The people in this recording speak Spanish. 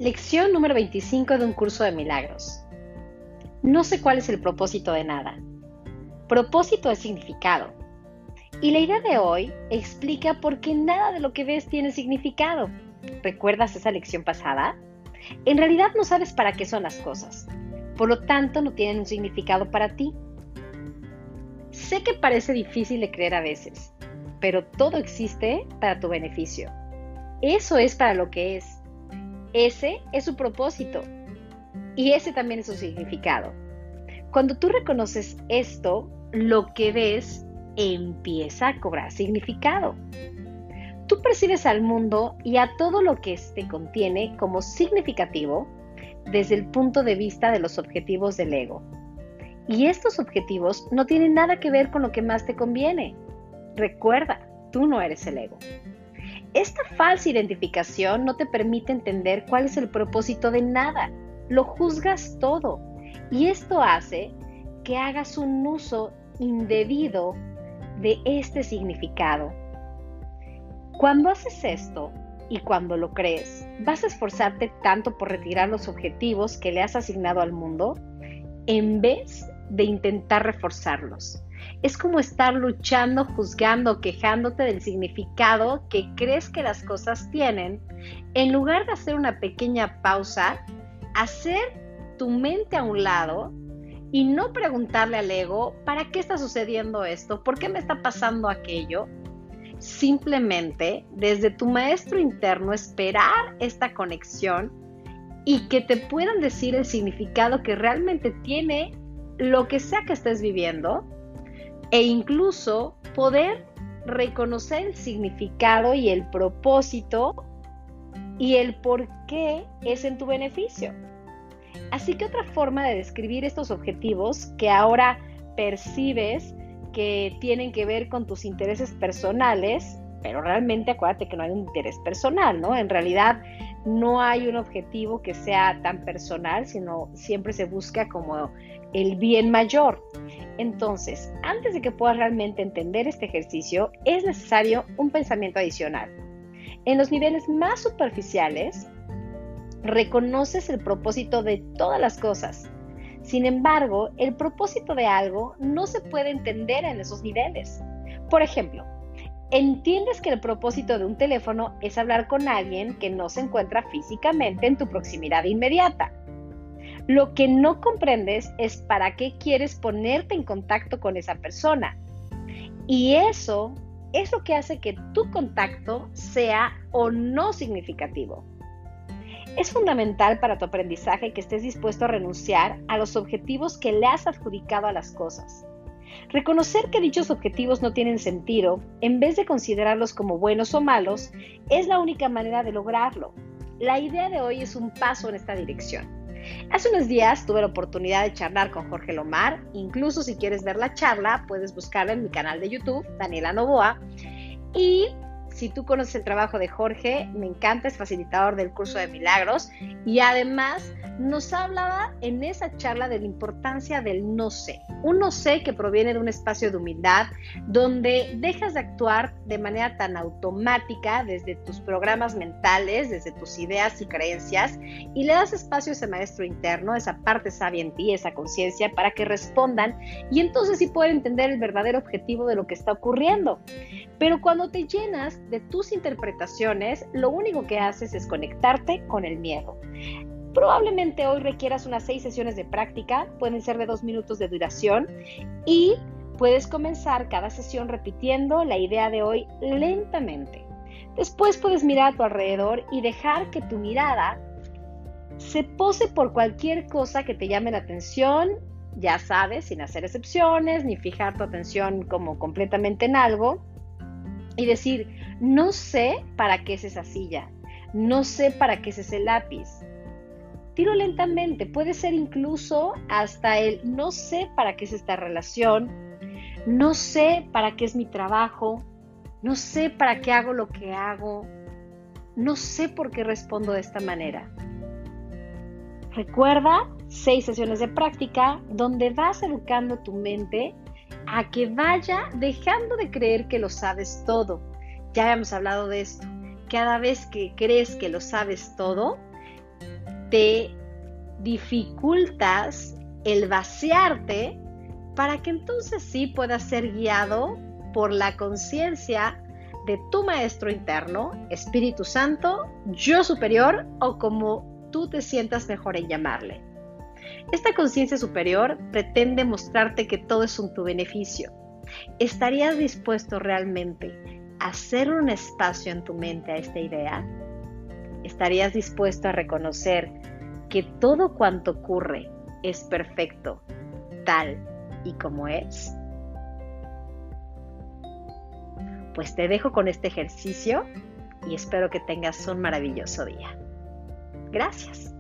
Lección número 25 de un curso de milagros. No sé cuál es el propósito de nada. Propósito es significado. Y la idea de hoy explica por qué nada de lo que ves tiene significado. ¿Recuerdas esa lección pasada? En realidad no sabes para qué son las cosas. Por lo tanto, no tienen un significado para ti. Sé que parece difícil de creer a veces, pero todo existe para tu beneficio. Eso es para lo que es. Ese es su propósito y ese también es su significado. Cuando tú reconoces esto, lo que ves empieza a cobrar significado. Tú percibes al mundo y a todo lo que éste contiene como significativo desde el punto de vista de los objetivos del ego. Y estos objetivos no tienen nada que ver con lo que más te conviene. Recuerda, tú no eres el ego. Esta falsa identificación no te permite entender cuál es el propósito de nada. Lo juzgas todo. Y esto hace que hagas un uso indebido de este significado. Cuando haces esto y cuando lo crees, ¿vas a esforzarte tanto por retirar los objetivos que le has asignado al mundo en vez de intentar reforzarlos? Es como estar luchando, juzgando, quejándote del significado que crees que las cosas tienen, en lugar de hacer una pequeña pausa, hacer tu mente a un lado y no preguntarle al ego, ¿para qué está sucediendo esto? ¿Por qué me está pasando aquello? Simplemente, desde tu maestro interno, esperar esta conexión y que te puedan decir el significado que realmente tiene lo que sea que estés viviendo, e incluso poder reconocer el significado y el propósito y el por qué es en tu beneficio. Así que otra forma de describir estos objetivos que ahora percibes que tienen que ver con tus intereses personales, pero realmente acuérdate que no hay un interés personal, ¿no? En realidad no hay un objetivo que sea tan personal, sino siempre se busca como el bien mayor. Entonces, antes de que puedas realmente entender este ejercicio, es necesario un pensamiento adicional. En los niveles más superficiales, reconoces el propósito de todas las cosas. Sin embargo, el propósito de algo no se puede entender en esos niveles. Por ejemplo, entiendes que el propósito de un teléfono es hablar con alguien que no se encuentra físicamente en tu proximidad inmediata. Lo que no comprendes es para qué quieres ponerte en contacto con esa persona. Y eso es lo que hace que tu contacto sea o no significativo. Es fundamental para tu aprendizaje que estés dispuesto a renunciar a los objetivos que le has adjudicado a las cosas. Reconocer que dichos objetivos no tienen sentido, en vez de considerarlos como buenos o malos, es la única manera de lograrlo. La idea de hoy es un paso en esta dirección. Hace unos días tuve la oportunidad de charlar con Jorge Lomar. Incluso si quieres ver la charla, puedes buscarla en mi canal de YouTube, Daniela Novoa. Y si tú conoces el trabajo de Jorge, me encanta, es facilitador del curso de milagros y además nos hablaba en esa charla de la importancia del no sé. Un no sé que proviene de un espacio de humildad donde dejas de actuar de manera tan automática desde tus programas mentales, desde tus ideas y creencias y le das espacio a ese maestro interno, esa parte sabia en ti, esa conciencia para que respondan y entonces sí pueden entender el verdadero objetivo de lo que está ocurriendo. Pero cuando te llenas de tus interpretaciones, lo único que haces es conectarte con el miedo. Probablemente hoy requieras unas 6 sesiones de práctica, pueden ser de 2 minutos de duración y puedes comenzar cada sesión repitiendo la idea de hoy lentamente. Después puedes mirar a tu alrededor y dejar que tu mirada se pose por cualquier cosa que te llame la atención, ya sabes, sin hacer excepciones ni fijar tu atención como completamente en algo. Y decir, no sé para qué es esa silla, no sé para qué es ese lápiz. Tiro lentamente, puede ser incluso hasta el no sé para qué es esta relación, no sé para qué es mi trabajo, no sé para qué hago lo que hago, no sé por qué respondo de esta manera. Recuerda 6 sesiones de práctica donde vas educando tu mente a que vaya dejando de creer que lo sabes todo. Ya habíamos hablado de esto. Cada vez que crees que lo sabes todo, te dificultas el vaciarte para que entonces sí puedas ser guiado por la conciencia de tu maestro interno, Espíritu Santo, yo superior o como tú te sientas mejor en llamarle. Esta conciencia superior pretende mostrarte que todo es en tu beneficio. ¿Estarías dispuesto realmente a hacer un espacio en tu mente a esta idea? ¿Estarías dispuesto a reconocer que todo cuanto ocurre es perfecto, tal y como es? Pues te dejo con este ejercicio y espero que tengas un maravilloso día. Gracias.